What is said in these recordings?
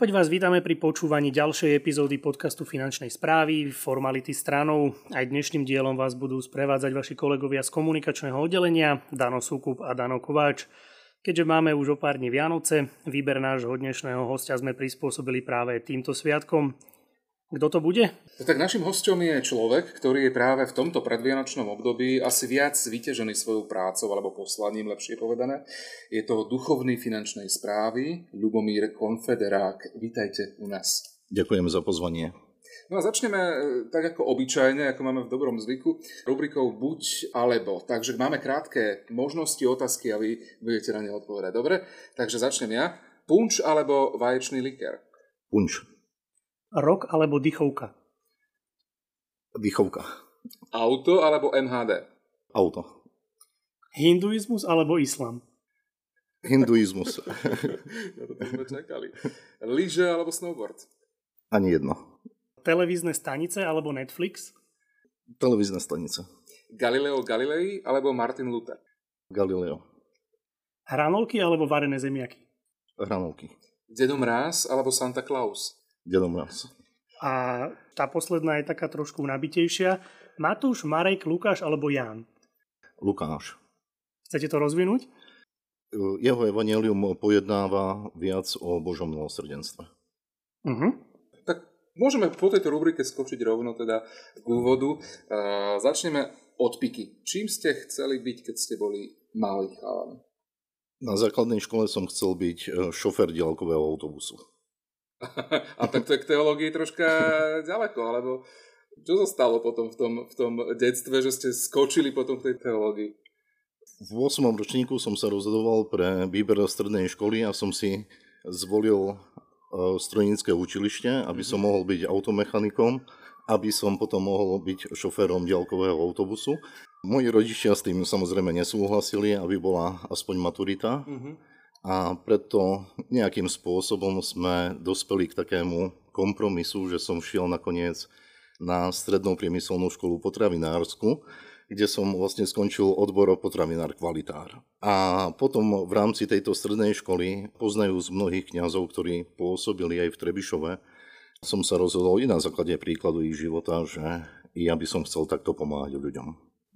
Opäť vás vítame pri počúvaní ďalšej epizódy podcastu Finančnej správy, Formality stranou. Aj dnešným dielom vás budú sprevádzať vaši kolegovia z komunikačného oddelenia, Dano Súkup a Dano Kováč. Keďže máme už o pár dní Vianoce, výber nášho dnešného hostia sme prispôsobili práve týmto sviatkom. Kto to bude? Tak našim hosťom je človek, ktorý je práve v tomto predvianočnom období asi viac vyťažený svojou prácou alebo poslaním, lepšie povedané. Je to duchovný finančnej správy Ľubomír Konfederák. Vítajte u nás. Ďakujem za pozvanie. No a začneme tak ako obyčajne, ako máme v dobrom zvyku, rubrikou buď alebo. Takže máme krátke možnosti, otázky a vy budete na ne odpovedať. Dobre? Takže začnem ja. Punč alebo vaječný likér? Punč. Rok alebo dychovka? Dychovka. Auto alebo MHD? Auto. Hinduizmus alebo islám? Hinduizmus. Na to sme čakali. Lyže alebo snowboard? Ani jedno. Televízne stanice alebo Netflix? Televízna stanica. Galileo Galilei alebo Martin Luther? Galileo. Hranolky alebo varené zemiaky? Hranolky. Dedo Mráz alebo Santa Claus? Dedo Mráz. A tá posledná je taká trošku nabitejšia. Matúš, Marek, Lukáš alebo Ján? Lukáš. Chcete to rozvinúť? Jeho evanjelium pojednáva viac o Božom milosrdenstve. Tak môžeme po tejto rubrike skočiť rovno teda k úvodu. Začneme od piky. Čím ste chceli byť, keď ste boli malí chalani? Na základnej škole som chcel byť šofér diaľkového autobusu. A tak to je k teológii troška ďaleko, alebo čo zostalo potom v tom detstve, že ste skočili potom v tej teológii? V 8. ročníku som sa rozhodoval pre výber strednej školy a som si zvolil strojnícke učilište, aby som mohol byť automechanikom, aby som potom mohol byť šoférom diaľkového autobusu. Moji rodičia s tým samozrejme nesúhlasili, aby bola aspoň maturita. A preto nejakým spôsobom sme dospeli k takému kompromisu, že som šiel nakoniec na strednú priemyselnú školu potravinársku, kde som vlastne skončil odbor potravinár kvalitár. A potom v rámci tejto strednej školy, poznajúc mnohých kňazov, ktorí pôsobili aj v Trebišove, som sa rozhodol i na základe príkladu ich života, že ja by som chcel takto pomáhať ľuďom.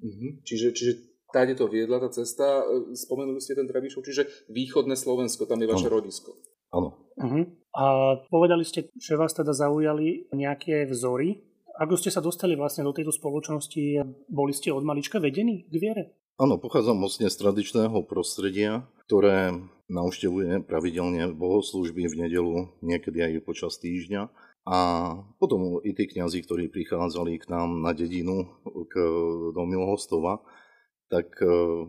Čiže táde to viedla tá cesta, spomenuli ste ten Trebišov, čiže východné Slovensko, tam je vaše rodisko. Áno. A povedali ste, že vás teda zaujali nejaké vzory. Ako ste sa dostali vlastne do tejto spoločnosti, boli ste od malička vedení k viere? Áno, pochádzam mocne z tradičného prostredia, ktoré navštevuje pravidelne bohoslúžby v nedeľu, niekedy aj počas týždňa. A potom i tí kňazi, ktorí prichádzali k nám na dedinu, do Milhostova, tak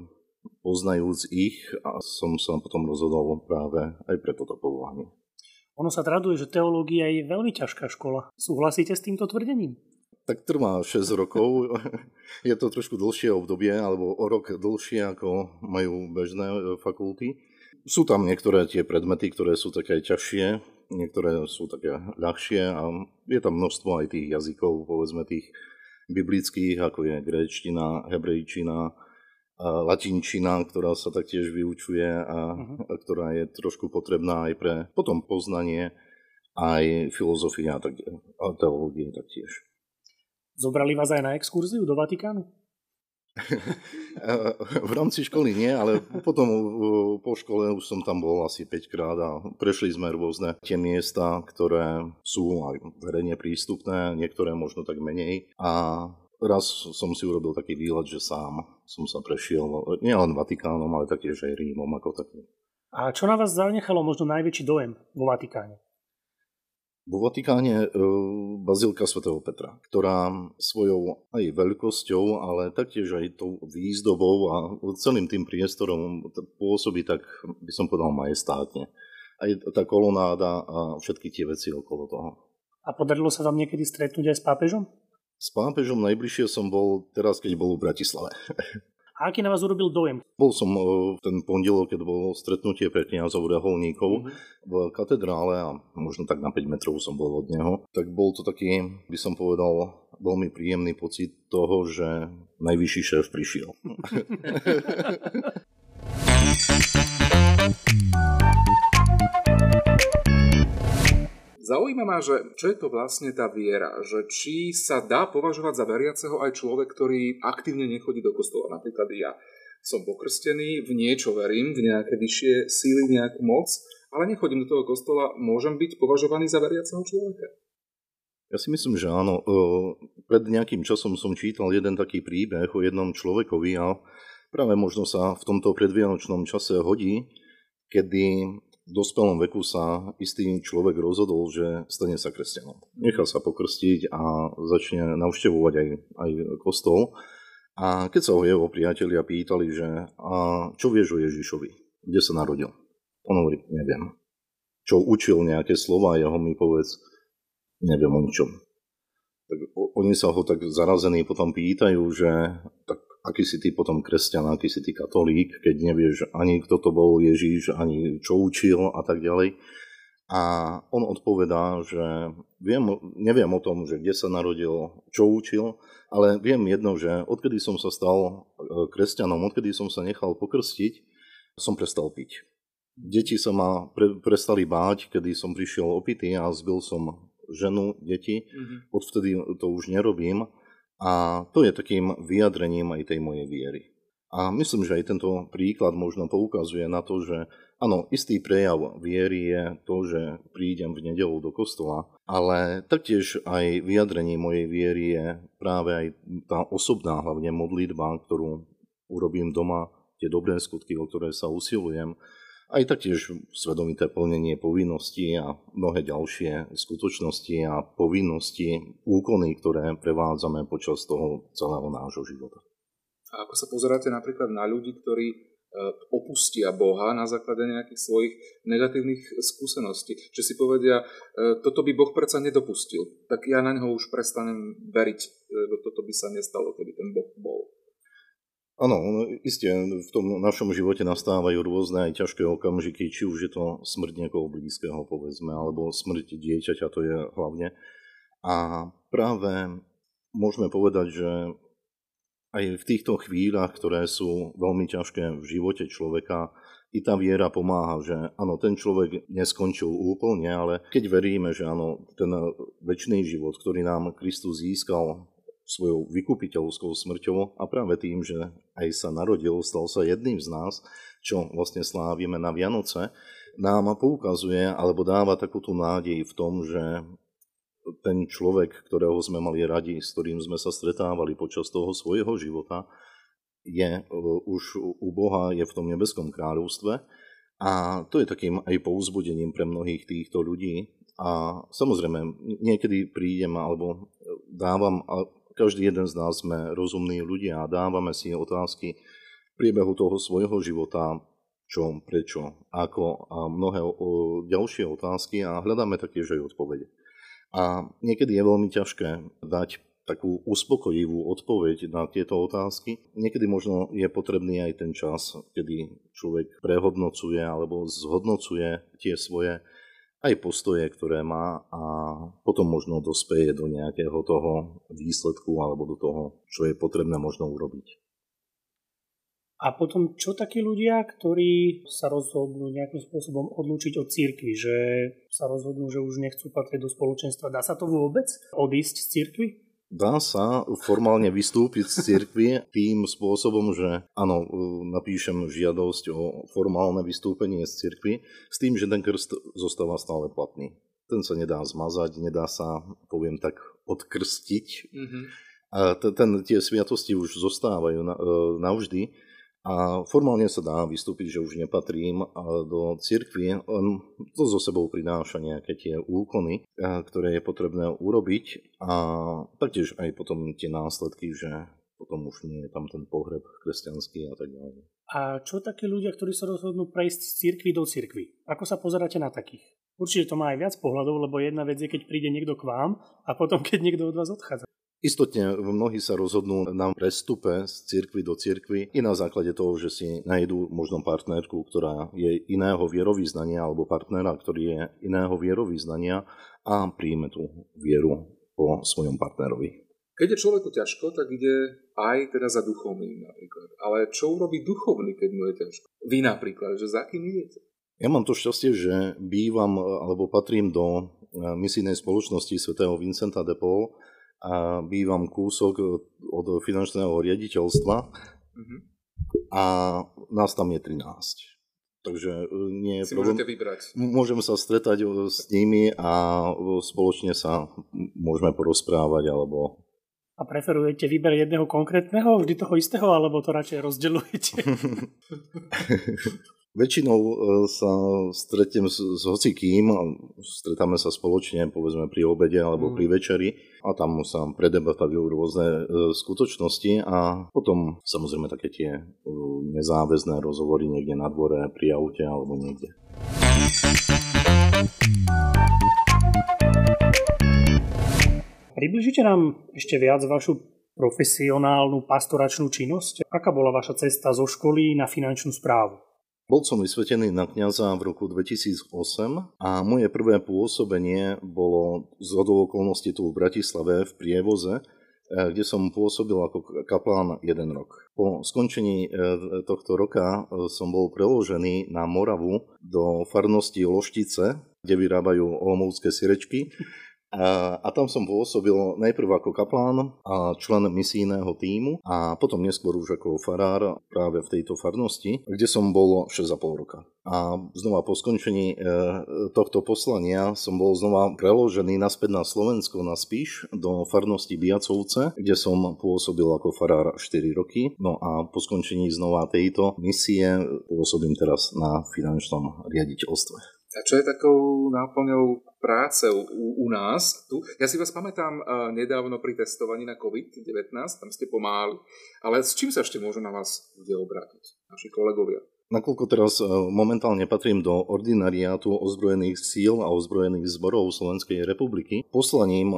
poznajúc ich, a som sa potom rozhodol práve aj pre toto povolanie. Ono sa traduje, že teológia je veľmi ťažká škola. Súhlasíte s týmto tvrdením? Tak trvá 6 rokov. Je to trošku dlhšie obdobie, alebo o rok dlhšie, ako majú bežné fakulty. Sú tam niektoré tie predmety, ktoré sú také ťažšie, niektoré sú také ľahšie a je tam množstvo aj tých jazykov, povedzme tých biblických, ako je gréčtina, hebrejčina, latinčina, ktorá sa taktiež vyučuje a ktorá je trošku potrebná aj pre potom poznanie aj filozofia a teológie taktiež. Zobrali vás aj na exkurziu do Vatikánu? V rámci školy nie, ale potom po škole už som tam bol asi 5 krát a prešli sme rôzne tie miesta, ktoré sú aj verejne prístupné, niektoré možno tak menej. A raz som si urobil taký výlet, že sám som sa prešiel nielen Vatikánom, ale taktiež aj Rímom ako taký. A čo na vás zanechalo možno najväčší dojem vo Vatikáne? Vo Vatikáne bazilika svätého Petra, ktorá svojou aj veľkosťou, ale taktiež aj tou výzdobou a celým tým priestorom pôsobí tak, by som povedal, majestátne. Aj tá kolonáda a všetky tie veci okolo toho. A podarilo sa vám niekedy stretnúť aj s pápežom? S pápežom najbližšie som bol teraz, keď bol v Bratislave. A aký na vás urobil dojem? Bol som ten pondelok, keď bolo stretnutie pre kňazov reholníkov v katedrále a možno tak na 5 metrov som bol od neho. Tak bol to taký, by som povedal, veľmi príjemný pocit toho, že najvyšší šéf prišiel. Zaujíma ma, že čo je to vlastne tá viera, že či sa dá považovať za veriaceho aj človek, ktorý aktívne nechodí do kostola. Napríklad ja som pokrstený, v niečo verím, v nejaké vyššie síly, v nejakú moc, ale nechodím do toho kostola, môžem byť považovaný za veriaceho človeka? Ja si myslím, že áno. Pred nejakým časom som čítal jeden taký príbeh o jednom človekovi a práve možno sa v tomto predvianočnom čase hodí, kedy v dospelom veku sa istý človek rozhodol, že stane sa kresťanom. Nechá sa pokrstiť a začne navštevovať aj kostol. A keď sa ho jeho priatelia pýtali, že a čo vieš o Ježišovi? Kde sa narodil? On hovorí, neviem. Čo učil nejaké slova, jeho mi povedz, neviem o ničom. Tak oni sa ho tak zarazení potom pýtajú, že tak aký si ty potom kresťan, aký si ty katolík, keď nevieš ani kto to bol Ježíš, ani čo učil a tak ďalej. A on odpovedá, že neviem o tom, že kde sa narodil, čo učil, ale viem jedno, že odkedy som sa stal kresťanom, odkedy som sa nechal pokrstiť, som prestal piť. Deti sa ma prestali báť, kedy som prišiel opitý a zbil som ženu, deti. Odvtedy to už nerobím a to je takým vyjadrením aj tej mojej viery. A myslím, že aj tento príklad možno poukazuje na to, že áno, istý prejav viery je to, že prídem v nedeľu do kostola, ale taktiež aj vyjadrenie mojej viery je práve aj tá osobná, hlavne modlitba, ktorú urobím doma, tie dobré skutky, o ktoré sa usilujem, aj taktiež svedomité plnenie povinností a mnohé ďalšie skutočnosti a povinnosti, úkony, ktoré prevádzame počas toho celého nášho života. A ako sa pozeráte napríklad na ľudí, ktorí opustia Boha na základe nejakých svojich negatívnych skúseností, že si povedia, toto by Boh predsa nedopustil, tak ja na ňoho už prestanem veriť, lebo toto by sa nestalo, keby ten Boh bol. Áno, isté, v tom našom živote nastávajú rôzne aj ťažké okamžiky, či už je to smrť niekoho blízkeho, povedzme, alebo smrť dieťaťa, to je hlavne. A práve môžeme povedať, že aj v týchto chvíľach, ktoré sú veľmi ťažké v živote človeka, i tá viera pomáha, že áno, ten človek neskončil úplne, ale keď veríme, že áno, ten večný život, ktorý nám Kristus získal svojou vykupiteľskou smrťou a práve tým, že aj sa narodil, stal sa jedným z nás, čo vlastne slávime na Vianoce, nám poukazuje alebo dáva takúto nádej v tom, že ten človek, ktorého sme mali radi, s ktorým sme sa stretávali počas toho svojho života, je už u Boha, je v tom nebeskom kráľovstve a to je takým aj povzbudením pre mnohých týchto ľudí. A samozrejme, niekedy prídem alebo dávam, každý jeden z nás sme rozumní ľudia a dávame si otázky v priebehu toho svojho života, čo, prečo, ako a mnohé ďalšie otázky a hľadáme taktiež aj odpovede. A niekedy je veľmi ťažké dať takú uspokojivú odpoveď na tieto otázky. Niekedy možno je potrebný aj ten čas, kedy človek prehodnocuje alebo zhodnocuje tie svoje aj postoje, ktoré má a potom možno dospeje do nejakého toho výsledku alebo do toho, čo je potrebné možno urobiť. A potom čo takí ľudia, ktorí sa rozhodnú nejakým spôsobom odlúčiť od cirkvi, že sa rozhodnú, že už nechcú patriť do spoločenstva. Dá sa to vôbec odísť z cirkvi? Dá sa formálne vystúpiť z cirkvi tým spôsobom, že áno, napíšem žiadosť o formálne vystúpenie z cirkvi s tým, že ten krst zostáva stále platný. Ten sa nedá zmazať, nedá sa, poviem tak, odkrstiť. A tie sviatosti už zostávajú navždy. A formálne sa dá vystúpiť, že už nepatrím do cirkvi. To so sebou prináša nejaké tie úkony, ktoré je potrebné urobiť a taktiež aj potom tie následky, že potom už nie je tam ten pohreb kresťanský a tak ďalej. A čo takí ľudia, ktorí sa rozhodnú prejsť z cirkvi do cirkvi? Ako sa pozeráte na takých? Určite to má aj viac pohľadov, lebo jedna vec je, keď príde niekto k vám a potom, keď niekto od vás odchádza. Istotne mnohí sa rozhodnú na prestupe z cirkvi do cirkvi i na základe toho, že si nájdú možno partnerku, ktorá je iného vierovýznania alebo partnera, ktorý je iného vierovýznania a príjme tú vieru po svojom partnerovi. Keď je človeku ťažko, tak ide aj teda za duchovným napríklad. Ale čo urobí duchovný, keď mu je ťažko? Vy napríklad, že za kým idete? Ja mám to šťastie, že bývam alebo patrím do misijnej spoločnosti svätého Vincenta de Paul a bývam kúsok od finančného riaditeľstva a nás tam je 13. Takže nie je problém. Môžete vybrať. Môžeme sa stretať s nimi a spoločne sa môžeme porozprávať alebo... A preferujete výber jedného konkrétneho, vždy toho istého, alebo to radšej rozdeľujete? Väčšinou sa stretnem s hocikým, stretáme sa spoločne, povedzme pri obede alebo pri večeri a tam sa predebatajú rôzne skutočnosti a potom samozrejme také tie nezáväzné rozhovory niekde na dvore, pri aute alebo niekde. Približite nám ešte viac vašu profesionálnu pastoračnú činnosť. Aká bola vaša cesta zo školy na finančnú správu? Bol som vysvetený na kňaza v roku 2008 a moje prvé pôsobenie bolo zhodou okolností tu v Bratislave v Prievoze, kde som pôsobil ako kaplán 1 rok. Po skončení tohto roka som bol preložený na Moravu do farnosti Loštice, kde vyrábajú olomoucké sirečky. A tam som pôsobil najprv ako kaplán a člen misijného tímu a potom neskôr už ako farár práve v tejto farnosti, kde som bol 6,5 roka. A znova po skončení tohto poslania som bol znova preložený naspäť na Slovensko, na Spiš, do farnosti Biacovce, kde som pôsobil ako farár 4 roky. No a po skončení znova tejto misie pôsobím teraz na finančnom riaditeľstve. A čo je takou náplňou práce u nás tu? Ja si vás pamätám nedávno pri testovaní na COVID-19, tam ste pomáhali, ale s čím sa ešte môžu na vás ľudia obrátiť, naši kolegovia? Nakoľko teraz momentálne patrím do ordinariátu ozbrojených síl a ozbrojených zborov Slovenskej republiky, poslaním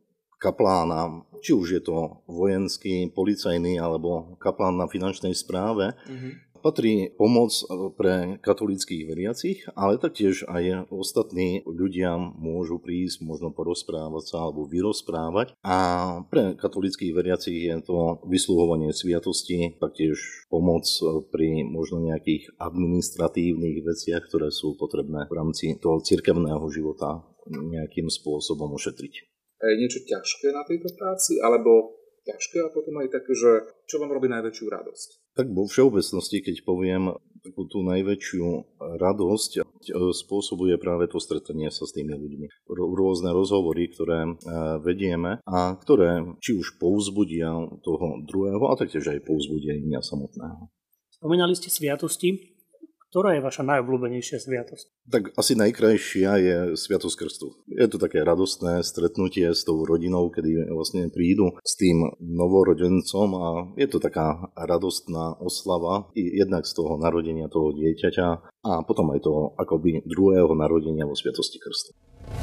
kaplána, či už je to vojenský, policajný alebo kaplán na finančnej správe, patrí pomoc pre katolíckych veriacich, ale taktiež aj ostatní ľudia môžu prísť, možno porozprávať sa alebo vyrozprávať. A pre katolíckych veriacich je to vysluhovanie sviatosti, taktiež pomoc pri možno nejakých administratívnych veciach, ktoré sú potrebné v rámci toho cirkevného života nejakým spôsobom ušetriť. A je niečo ťažké na tejto práci, alebo ťažké a potom aj také, že čo vám robí najväčšiu radosť? Tak vo všeobecnosti, keď poviem takú tú najväčšiu radosť, spôsobuje práve to stretanie sa s tými ľuďmi. Rôzne rozhovory, ktoré vedieme a ktoré či už povzbudia toho druhého a taktiež aj povzbudia mňa samotného. Spomínali ste sviatosti. Ktorá je vaša najobľúbenejšia sviatosť? Tak asi najkrajšia je Sviatosť Krstu. Je to také radostné stretnutie s tou rodinou, kedy vlastne prídu s tým novorodencom a je to taká radostná oslava jednak z toho narodenia toho dieťaťa a potom aj toho akoby druhého narodenia vo Sviatosti Krstu.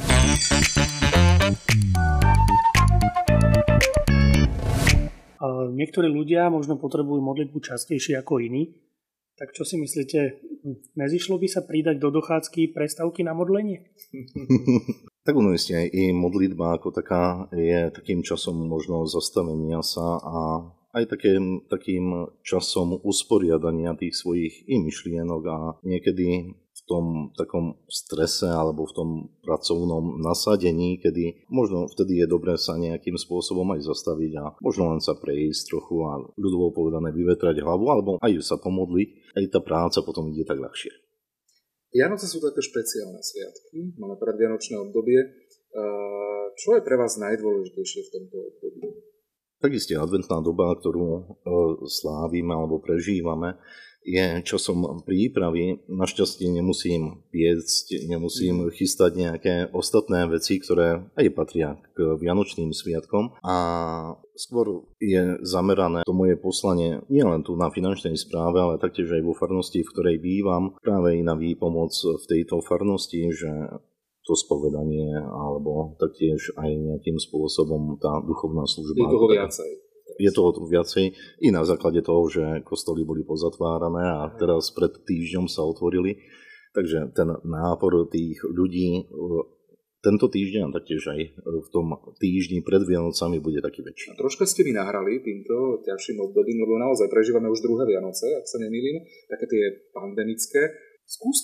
Niektorí ľudia možno potrebujú modlitbu častejšie ako iní. Tak čo si myslíte, nezišlo by sa pridať do dochádzky prestávky na modlenie? Tak ono isté aj i modlitba ako taká je takým časom možno zastavenia sa a aj takým časom usporiadania tých svojich i myšlienok a niekedy v tom takom strese alebo v tom pracovnom nasadení, kedy možno vtedy je dobré sa nejakým spôsobom aj zastaviť a možno len sa prejsť trochu a ľudovo povedané vyvetrať hlavu alebo aj sa pomodliť, aj tá práca potom ide tak ľahšie. Vianoce sú také špeciálne sviatky, máme predvianočné obdobie. Čo je pre vás najdôležitejšie v tomto období? Takisto adventná doba, ktorú slávime alebo prežívame, je časom prípravy. Našťastie nemusím piecť, nemusím chystať nejaké ostatné veci, ktoré aj patria k vianočným sviatkom. A skôr je zamerané to moje poslanie nielen tu na finančnej správe, ale taktiež aj vo farnosti, v ktorej bývam, práve i na výpomoc v tejto farnosti, že to spovedanie alebo taktiež aj nejakým spôsobom tá duchovná služba. Je toho viacej. Je toho viacej i na základe toho, že kostoly boli pozatvárané a teraz pred týždňom sa otvorili. Takže ten nápor tých ľudí tento týždeň a taktiež aj v tom týždni pred Vianocami bude taký väčší. A troška ste mi nahrali týmto ťažším obdobím, lebo naozaj prežívame už druhé Vianoce, ak sa nemýlim, také tie pandemické. Skúste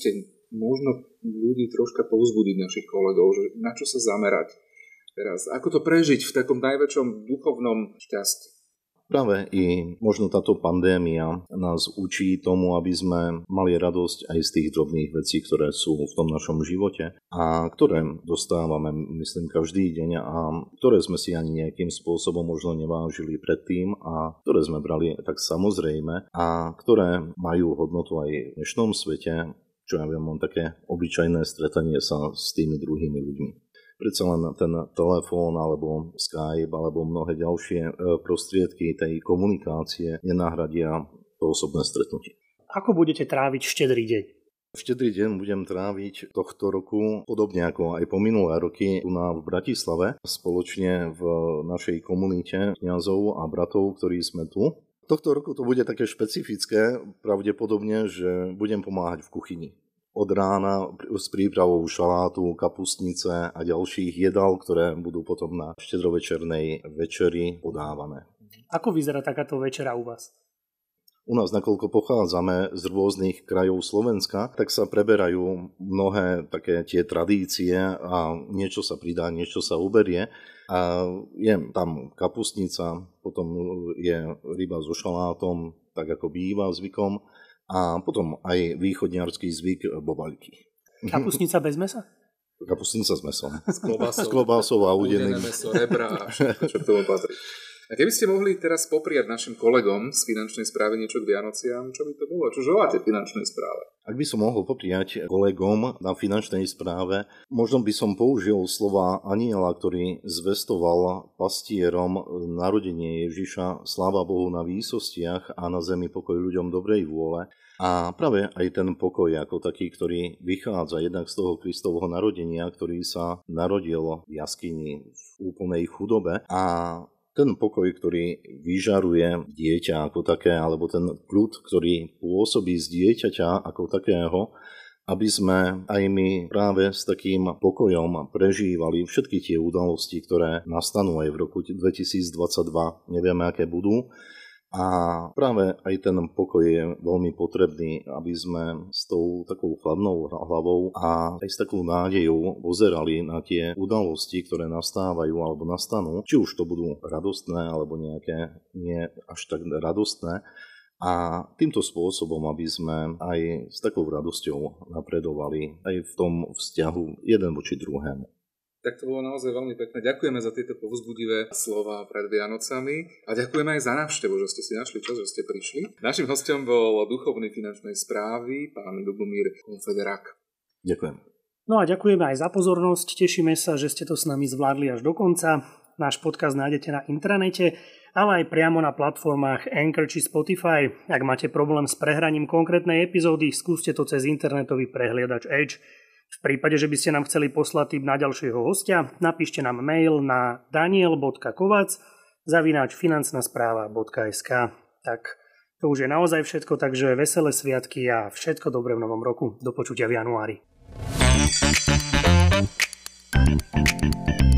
možno ľudí troška povzbudiť našich kolegov, že na čo sa zamerať teraz, ako to prežiť v takom najväčšom duchovnom šťastí. Práve i možno táto pandémia nás učí tomu, aby sme mali radosť aj z tých drobných vecí, ktoré sú v tom našom živote a ktoré dostávame, myslím, každý deň a ktoré sme si ani nejakým spôsobom možno nevážili predtým a ktoré sme brali tak samozrejme a ktoré majú hodnotu aj v dnešnom svete, čo ja viem, mám také obyčajné stretanie sa s tými druhými ľuďmi. Predsa len ten telefón alebo Skype alebo mnohé ďalšie prostriedky tej komunikácie nenahradia to osobné stretnutie. Ako budete tráviť štedrý deň? Štedrý deň budem tráviť tohto roku, podobne ako aj po minulé roky, v Bratislave, spoločne v našej komunite kňazov a bratov, ktorí sme tu. Tohto roku to bude také špecifické, pravdepodobne, že budem pomáhať v kuchyni. Od rána s prípravou šalátu, kapustnice a ďalších jedál, ktoré budú potom na štedrovečernej večeri podávané. Ako vyzerá takáto večera u vás? U nás, nakoľko pochádzame z rôznych krajov Slovenska, tak sa preberajú mnohé také tie tradície a niečo sa pridá, niečo sa uberie. A je tam kapustnica, potom je ryba so šalátom, tak ako býva zvykom. A potom aj východniarsky zvyk bobaľky. Kapustnica bez mesa? Kapustnica s mesom. S klobásou a udeným. Meso, rebra a všetko, čo k tomu patrí. A keby ste mohli teraz popriať našim kolegom z finančnej správy niečo k Vianociam, čo by to bolo? Čo želáte finančnej správe? Ak by som mohol popriať kolegom na finančnej správe, možno by som použil slova anjela, ktorý zvestoval pastierom narodenie Ježiša, sláva Bohu na výsostiach a na zemi pokoj ľuďom dobrej vôle. A práve aj ten pokoj ako taký, ktorý vychádza jednak z toho Kristovho narodenia, ktorý sa narodil v jaskyni v úplnej chudobe a ten pokoj, ktorý vyžaruje dieťa ako také, alebo ten kľud, ktorý pôsobí z dieťaťa ako takého, aby sme aj my práve s takým pokojom prežívali všetky tie udalosti, ktoré nastanú aj v roku 2022. Nevieme, aké budú. A práve aj ten pokoj je veľmi potrebný, aby sme s tou takou chladnou hlavou a aj s takou nádejou pozerali na tie udalosti, ktoré nastávajú alebo nastanú, či už to budú radostné alebo nejaké nie až tak radostné. A týmto spôsobom, aby sme aj s takou radosťou napredovali aj v tom vzťahu jeden voči druhému. Tak to bolo naozaj veľmi pekné. Ďakujeme za tieto povzbudivé slova pred Vianocami a ďakujeme aj za návštevu, že ste si našli čas, že ste prišli. Naším hosťom bol duchovný finančnej správy, pán Ľubomír Konfederák. Ďakujem. No a ďakujeme aj za pozornosť. Tešíme sa, že ste to s nami zvládli až do konca. Náš podcast nájdete na intranete, ale aj priamo na platformách Anchor či Spotify. Ak máte problém s prehraním konkrétnej epizódy, skúste to cez internetový prehliadač Edge. V prípade, že by ste nám chceli poslať tip na ďalšieho hostia, napíšte nám mail na daniel.kovac@financnaspráva.sk. Tak to už je naozaj všetko, takže veselé sviatky a všetko dobré v novom roku. Do počutia v januári.